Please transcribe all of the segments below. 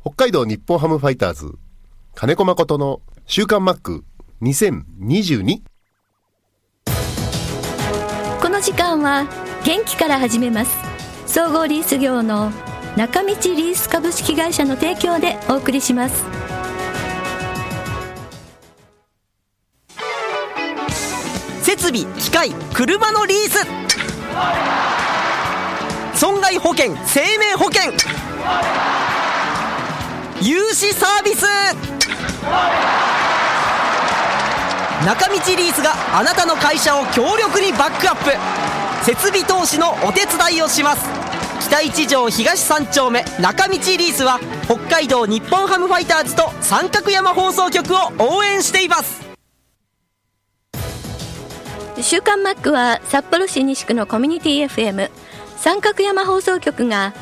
北海道日本ハムファイターズ金子誠の週刊マック2022。 この時間は元気から始めます。総合リース業の中道リース株式会社の提供でお送りします。 設備機械車のリース、損害保険生命保険、融資サービス、中道リースがあなたの会社を強力にバックアップ、設備投資のお手伝いをします。北一条東3丁目中道リースは北海道日本ハムファイターズと三角山放送局を応援しています。 週刊マックは札幌市西区のコミュニティ FM 三角山放送局が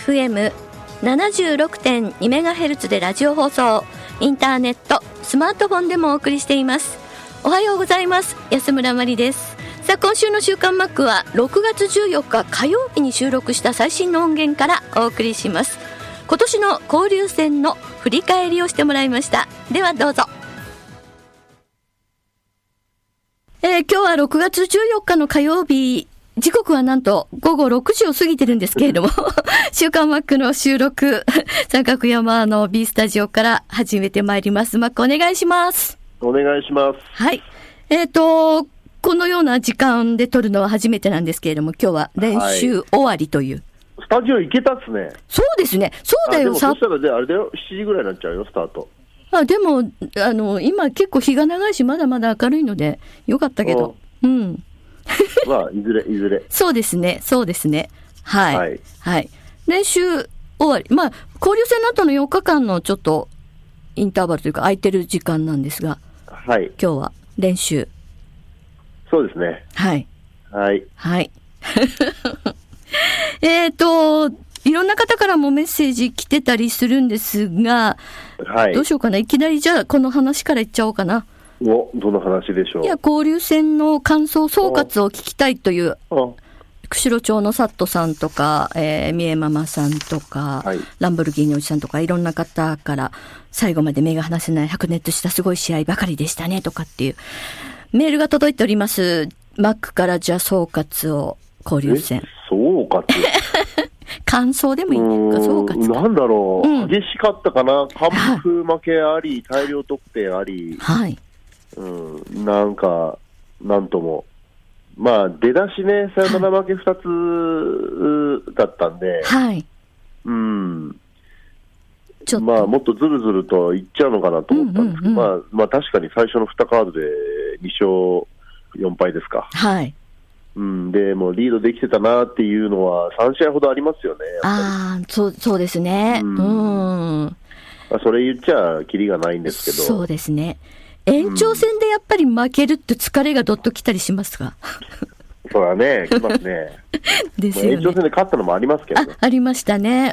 FM76.2MHz でラジオ放送、インターネット、スマートフォンでもお送りしています。おはようございます。安村まりです。さあ、今週の週刊マックは6月14日火曜日に収録した最新の音源からお送りします。今年の交流戦の振り返りをしてもらいました。ではどうぞ。今日は6月14日の火曜日、時刻はなんと午後6時を過ぎてるんですけれども週刊マックの収録三角山の B スタジオから始めてまいります。マックお願いします。 お願いします。 はい。このような時間で撮るのは初めてなんですけれども、今日は練習終わりという、 スタジオ行けたっすね。 そうですね。そうだよ。 でもそしたらであれだよ、7時ぐらいになっちゃうよ、スタート。 でも今結構日が長いし、まだまだ明るいのでよかったけど、 まあいずれそうですね。はい、はい、練習終わり、まあ交流戦の後の4日間のちょっとインターバルというか空いてる時間なんですが、 はい、 今日は練習。 そうですね。 はいはいはい。いろんな方からもメッセージ来てたりするんですが、 はい、 どうしようかな。いきなりじゃあこの話からいっちゃおうかな。 どの話でしょう。 いや、交流戦の感想総括を聞きたいという、釧路町のサットさんとか、三重ママさんとか、はい、ランボルギーニおじさんとか、いろんな方から最後まで目が離せない白熱したすごい試合ばかりでしたねとかっていうメールが届いております。マックからじゃあ総括を、交流戦総括感想でもいいね。総括なんだろう、激しかったかな。完封負けあり、大量得点あり、 はい、 なんかなんとも、まあ出だしね、サヨナラ負け2つだったんで、 はい、 ちょっとまあもっとずるずるといっちゃうのかなと思ったんですけど、まあ確かに最初の2カードで2勝4敗ですか。 はい。 でもうリードできてたなっていうのは3試合ほどありますよね。 そうですね。 それ言っちゃキリがないんですけど。 そうですね。延長戦でやっぱり負けるって疲れがどっときたりしますか？ そうだね、きますね。 ですよね。 延長戦で勝ったのもありますけどね。 ありましたね。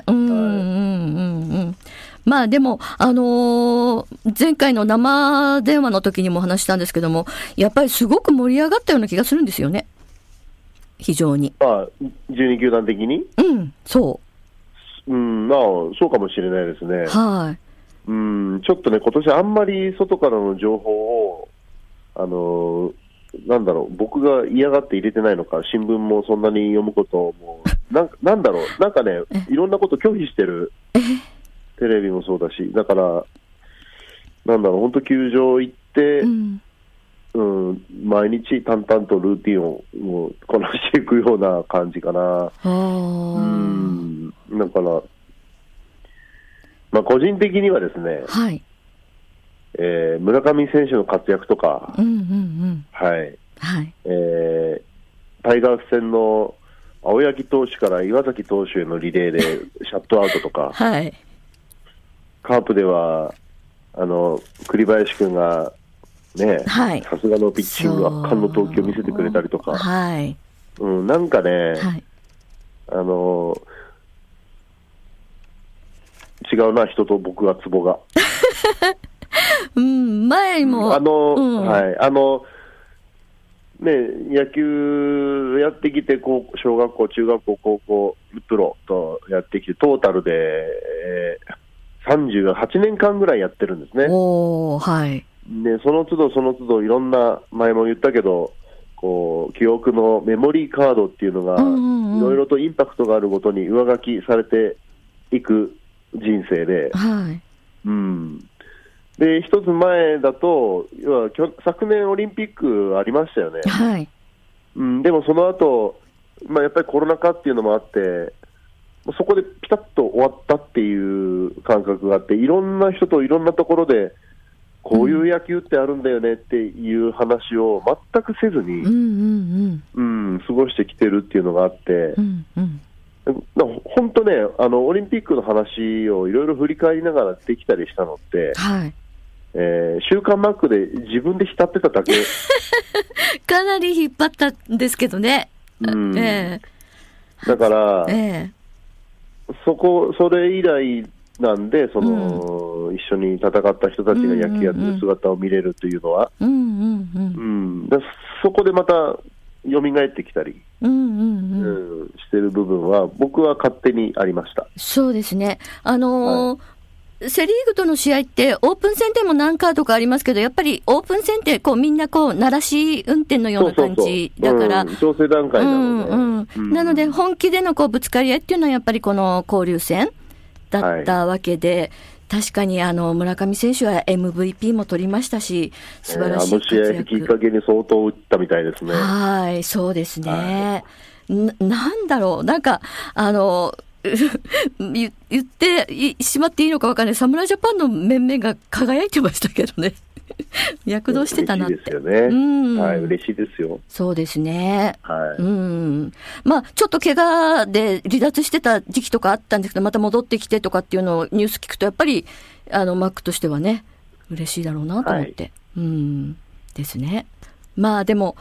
まあでも、前回の生電話の時にも話したんですけども、やっぱりすごく盛り上がったような気がするんですよね。非常に。 12球団的に？ そう。 そうかもしれないですね。 はい。 ちょっとね、今年あんまり外からの情報を、僕が嫌がって入れてないのか、新聞もそんなに読むことも、なんだろう、なんかね、いろんなこと拒否してる。テレビもそうだし、だから、本当球場行って、毎日淡々とルーティンをこなしていくような感じかな。だから、まあ、個人的にはですね、 はい、 村上選手の活躍とか、はい、タイガース戦の青柳投手から岩崎投手へのリレーでシャットアウトとか、 はい、 カープでは栗林君がね、さすがのピッチング、圧巻の投球を見せてくれたりとか、なんかね、違うな、人と僕がツボが。 前も、 野球やってきて、小学校、中学校、高校、プロとやってきて、トータルで、 38年間ぐらいやってるんですね。 はい。 で、その都度いろんな、前も言ったけど、こう、記憶のメモリーカードっていうのが、いろいろとインパクトがあるごとに上書きされていく人生で、 はい。 で、一つ前だと、要は昨年オリンピックありましたよね。 はい。 でもその後、やっぱりコロナ禍っていうのもあって、そこでピタッと終わったっていう感覚があって、いろんな人といろんなところで、こういう野球ってあるんだよねっていう話を全くせずに、過ごしてきてるっていうのがあって、本当ね、オリンピックの話をいろいろ振り返りながらできたりしたのって、 はい。 週刊マックで自分で浸ってただけ。 かなり引っ張ったんですけどね。 だから、それ以来なんで、一緒に戦った人たちが野球やってる姿を見れるというのは、そこでまた蘇ってきたりしてる部分は、僕は勝手にありました。 そうですね。セリーグとの試合って、オープン戦でも何カードかありますけど、やっぱりオープン戦って、みんな鳴らし運転のような感じだから。 調整段階なので。 なので、本気でのぶつかり合いっていうのは、やっぱりこの交流戦だったわけで、確かに村上選手は MVP も取りましたし、素晴らしい活躍。 試合きっかけに相当打ったみたいですね。 はい、そうですね。なんだろう、なんか、言ってしまっていいのか分からない。侍ジャパンの面々が輝いてましたけどね。躍動してたなって。 嬉しいですよね。はい、嬉しいですよ。 そうですね。 はい。 ちょっと怪我で離脱してた時期とかあったんですけど、また戻ってきてとかっていうのをニュース聞くと、やっぱり、マックとしてはね、嬉しいだろうなと思って。ですね。でも、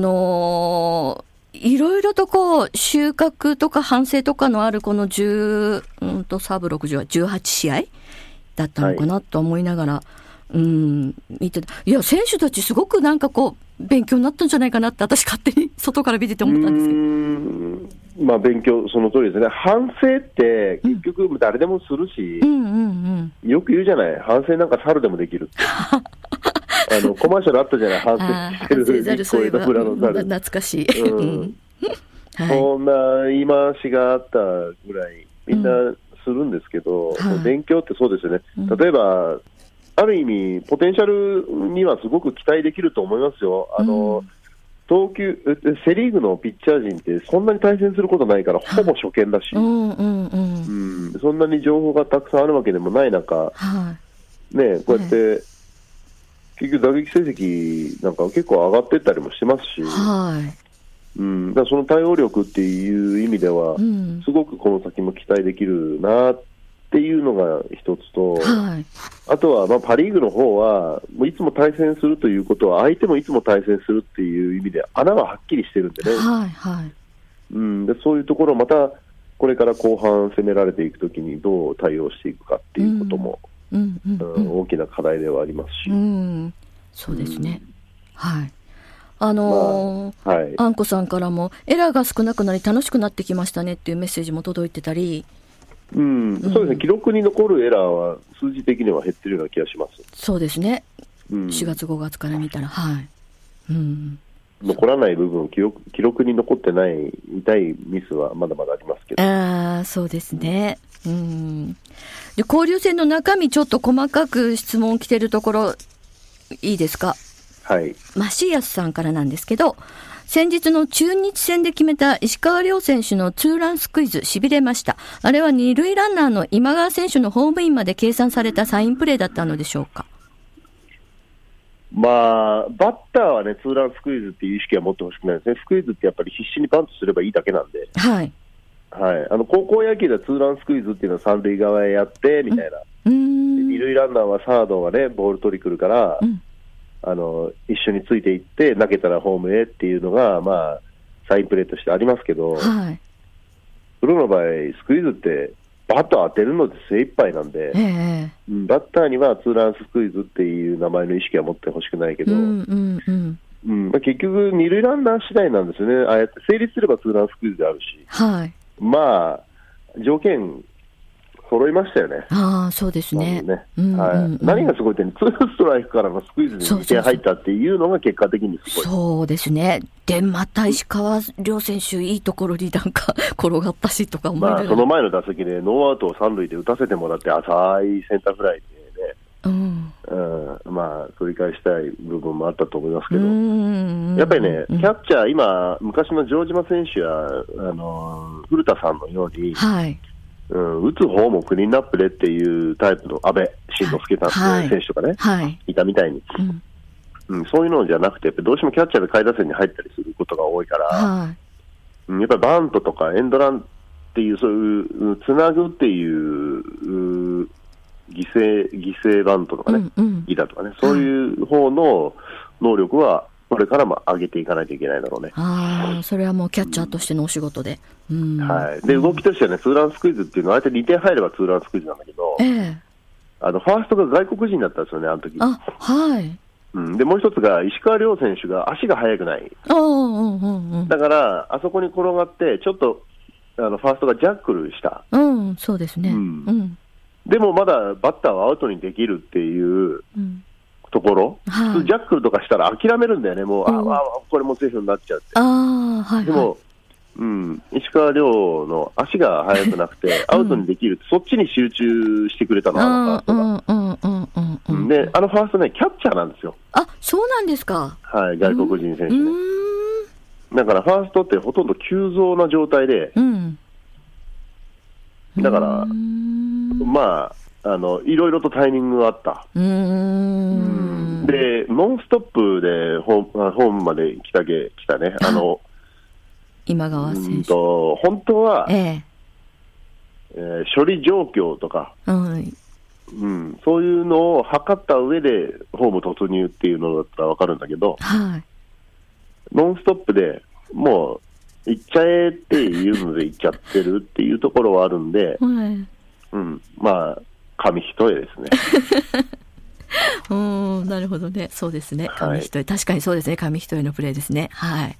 いろいろと収穫とか反省とかのあるこのサーブ60は18試合だったのかなと思いながら、見てた。いや、選手たちすごくなんか勉強になったんじゃないかなって私勝手に外から見てて思ったんですけど。 勉強、その通りですね。反省って結局誰でもするし、よく言うじゃない。反省なんか猿でもできるって。コマーシャルあったじゃない、反省してる日光江戸村の猿。 懐かしい。 そんな言い回しがあったぐらいみんなするんですけど、勉強ってそうですよね。例えば、ある意味、ポテンシャルにはすごく期待できると思いますよ。セリーグのピッチャー陣ってそんなに対戦することないから、ほぼ初見だし、そんなに情報がたくさんあるわけでもない中、こうやって、結局打撃成績なんか結構上がっていったりもしてますし、だからその対応力っていう意味では、すごくこの先も期待できるなっていうのが一つと、あとはパ・リーグの方は、もういつも対戦するということは、相手もいつも対戦するっていう意味で、穴ははっきりしてるんでね、でそういうところをまたこれから後半攻められていくときにどう対応していくかっていうことも、大きな課題ではありますし。 そうですね。あんこさんからもエラーが少なくなり楽しくなってきましたねっていうメッセージも届いてたり、 そうですね、記録に残るエラーは数字的には減ってるような気がします。 そうですね、4月5月から見たら、 残らない部分、記録に残ってない痛いミスはまだまだありますけど。 そうですね。で、交流戦の中身ちょっと細かく質問来てるところいいですか？マシーヤスさんからなんですけど、先日の中日戦で決めた石川遼選手のツーランスクイズ、痺れました。あれは二塁ランナーの今川選手のホームインまで計算されたサインプレーだったのでしょうか？ バッターはね、ツーランスクイズっていう意識は持ってほしくないですね。スクイズってやっぱり必死にバントすればいいだけなんで。高校野球ではツーランスクイズっていうのは三塁側へやってみたいな。二塁ランナーはサードがね、ボール取り来るから、一緒についていって投げたらホームへっていうのが、サインプレーとしてありますけど、プロの場合、スクイズってバット当てるので精一杯なんで、バッターにはツーランスクイズっていう名前の意識は持ってほしくないけど、結局、二塁ランナー次第なんですよね。ああやって成立すればツーランスクイズであるし、条件揃いましたよね。 そうですね。 何がすごいって、2ストライクからのスクイズに2点入ったっていうのが結果的にすごい。 そうですね。で、また石川遼選手、いいところになんか転がったしとか思いながら。 その前の打席でノーアウトを3塁で打たせてもらって、浅いセンターフライでね、取り返したい部分もあったと思いますけど、やっぱりね、キャッチャー、今、昔の城島選手や古田さんのように、打つ方もクリーンナップでっていうタイプの安倍晋之助選手とかね、いたみたいに、そういうのじゃなくて、どうしてもキャッチャーで下位打線に入ったりすることが多いから、やっぱりバントとかエンドランっていう、そういうつなぐっていう犠牲バントとかね、犠打とかね、そういう方の能力はこれからも上げていかないといけないだろうね。 それはもうキャッチャーとしてのお仕事で。 で、動きとしてはね、ツーランスクイズっていうのは、相手2点入ればツーランスクイズなんだけど、ファーストが外国人だったんですよね、あの時。で、もう一つが、石川遼選手が足が速くない。だから、あそこに転がって、ちょっと、ファーストがジャックルした。 そうですね。 でもまだバッターはアウトにできるっていうところ、普通ジャックルとかしたら諦めるんだよね、もう、これもセーフになっちゃうって。でも、石川遼の足が速くなくて、アウトにできるって、そっちに集中してくれたの、ファーストが。で、ファーストね、キャッチャーなんですよ。 そうなんですか。 外国人選手ね。だから、ファーストってほとんど急増な状態で、だから、いろいろとタイミングがあった。で、ノンストップでホームまで来たね。 今川選手。 本当は、処理状況とか、そういうのを測った上でホーム突入っていうのだったら分かるんだけど、ノンストップでもう行っちゃえっていうので行っちゃってるっていうところはあるんで、紙一重ですね。 なるほどね。そうですね。紙一重、確かにそうですね。紙一重のプレーですね。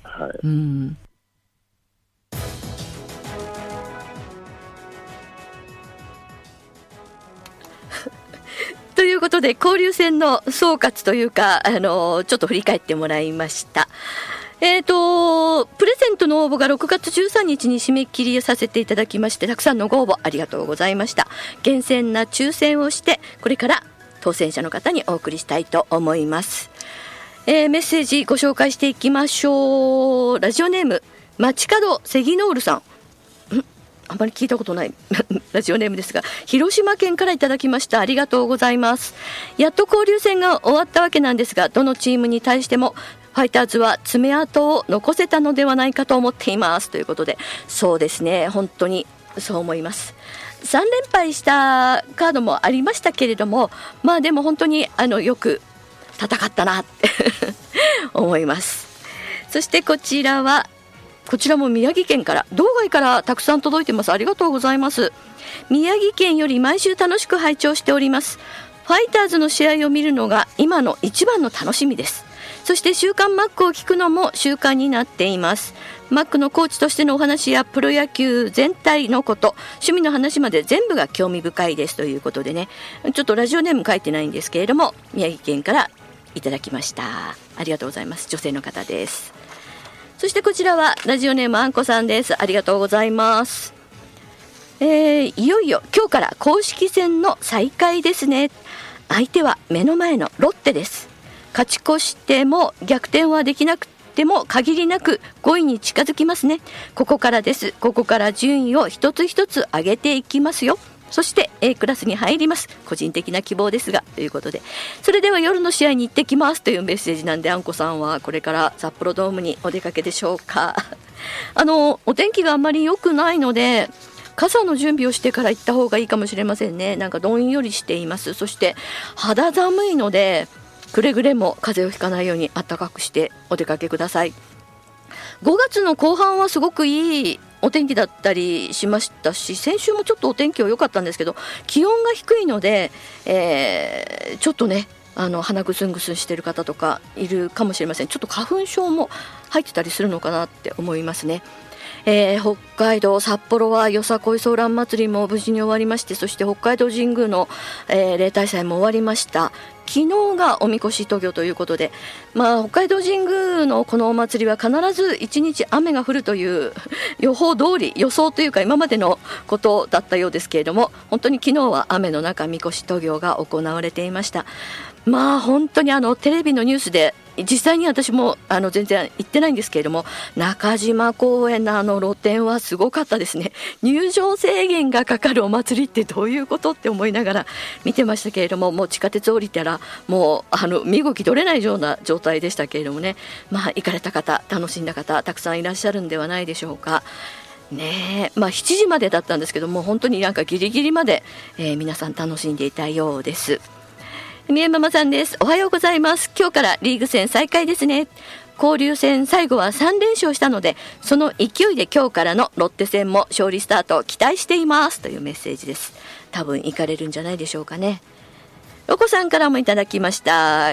ということで、交流戦の総括というか、ちょっと振り返ってもらいました。プレゼントの応募が6月13日に締め切りさせていただきまして、たくさんのご応募ありがとうございました。厳選な抽選をして、これから当選者の方にお送りしたいと思います。メッセージご紹介していきましょう。ラジオネーム街角セギノールさん、あまり聞いたことないラジオネームですが、広島県からいただきました。ありがとうございます。やっと交流戦が終わったわけなんですが、どのチームに対してもファイターズは爪痕を残せたのではないかと思っていますということで、そうですね、本当にそう思います。3連敗したカードもありましたけれども、でも本当によく戦ったなって思います。そしてこちらも宮城県から、道外からたくさん届いてます。ありがとうございます。宮城県より毎週楽しく拝聴しております。ファイターズの試合を見るのが今の一番の楽しみです。そして週刊マックを聞くのも習慣になっています。マックのコーチとしてのお話やプロ野球全体のこと、趣味の話まで全部が興味深いですということでね、ちょっとラジオネーム書いてないんですけれども、宮城県からいただきました。ありがとうございます。女性の方です。そしてこちらはラジオネームあんこさんです。ありがとうございます。いよいよ今日から公式戦の再開ですね。相手は目の前のロッテです。勝ち越しても逆転はできなくても限りなく5位に近づきますね。ここからです。ここから順位を一つ一つ上げていきますよ。そして A クラスに入ります。個人的な希望ですが、ということで、それでは夜の試合に行ってきますというメッセージなんで、あんこさんはこれから札幌ドームにお出かけでしょうか。お天気があんまり良くないので、傘の準備をしてから行った方がいいかもしれませんね。なんかどんよりしています。そして肌寒いので、くれぐれも風邪をひかないように暖かくしてお出かけください。5月の後半はすごくいいお天気だったりしましたし、先週もちょっとお天気は良かったんですけど、気温が低いので、ちょっとね、鼻ぐすんぐすんしてる方とかいるかもしれません。ちょっと花粉症も入ってたりするのかなって思いますね。 北海道札幌はよさこいソーラン祭りも無事に終わりまして、そして北海道神宮の、例大祭も終わりました。昨日がおみこし渡御ということで、北海道神宮のこのお祭りは必ず1日雨が降るという予報通り、予想というか今までのことだったようですけれども、本当に昨日は雨の中みこし渡御が行われていました。本当にテレビのニュースで実際に私も全然行ってないんですけれども、中島公園の露店はすごかったですね。入場制限がかかるお祭りってどういうことって思いながら見てましたけれども、もう地下鉄降りたらもう身動き取れないような状態でしたけれどもね、行かれた方、楽しんだ方たくさんいらっしゃるんではないでしょうかね。7時までだったんですけども、本当にギリギリまで、皆さん楽しんでいたようです。みえママさんです。おはようございます。今日からリーグ戦再開ですね。交流戦最後は3連勝したので、その勢いで今日からのロッテ戦も勝利スタートを期待していますというメッセージです。多分行かれるんじゃないでしょうかね。ロコさんからもいただきました。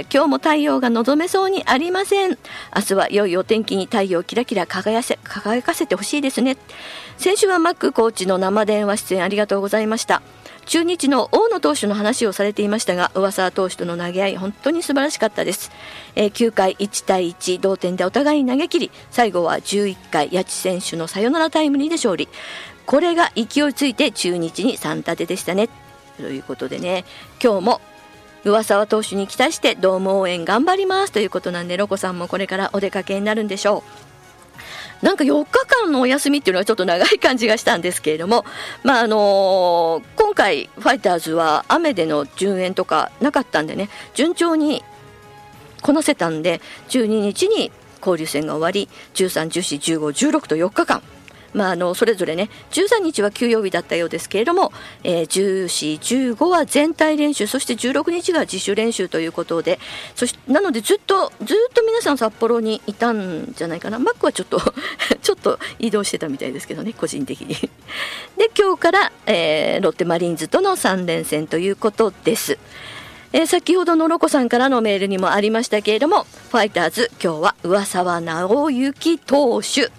今日も太陽が望めそうにありません。明日は良いお天気に太陽をキラキラ輝かせてほしいですね。先週はマックコーチの生電話出演ありがとうございました。中日の大野投手の話をされていましたが、上沢投手との投げ合い本当に素晴らしかったです。9回1対1同点でお互いに投げ切り、最後は11回谷地選手のサヨナラタイムリーで勝利。これが勢いついて中日に3立てでしたねということでね、今日も上沢投手に期待してドーム応援頑張りますということなんで、ロコさんもこれからお出かけになるんでしょう。4日間のお休みっていうのはちょっと長い感じがしたんですけれども、今回ファイターズは雨での順延とかなかったんでね、順調にこなせたんで、12日に交流戦が終わり、13、14、15、16と4日間、それぞれね、13日は休養日だったようですけれども、14、15は全体練習、そして16日が自主練習ということで、なのでずっと皆さん札幌にいたんじゃないかな。マックはちょっと移動してたみたいですけどね、個人的にで、今日から、ロッテマリーンズとの3連戦ということです。先ほどのロコさんからのメールにもありましたけれども、ファイターズ今日は上沢直之投手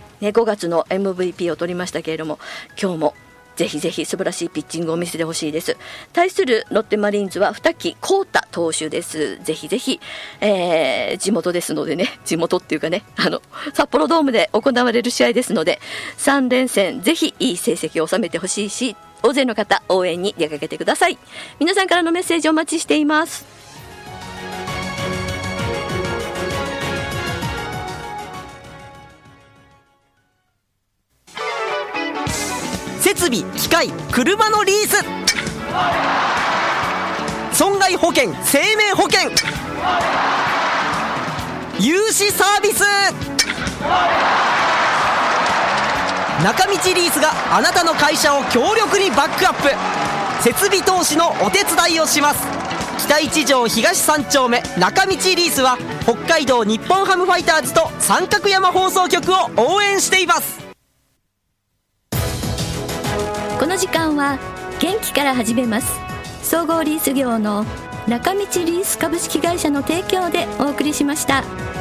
5月の MVP を取りましたけれども、今日もぜひぜひ素晴らしいピッチングを見せてほしいです。対するロッテマリーンズは二木康太投手です。ぜひぜひ、地元ですのでね、地元っていうかね、札幌ドームで行われる試合ですので、3連戦ぜひいい成績を収めてほしいし、大勢の方応援に出かけてください。皆さんからのメッセージお待ちしています。 設備機械車のリース、損害保険生命保険、融資サービス、中道リースがあなたの会社を強力にバックアップ、設備投資のお手伝いをします。北一条東3丁目中道リースは北海道日本ハムファイターズと三角山放送局を応援しています。 この時間は元気から始めます。総合リース業の中道リース株式会社の提供でお送りしました。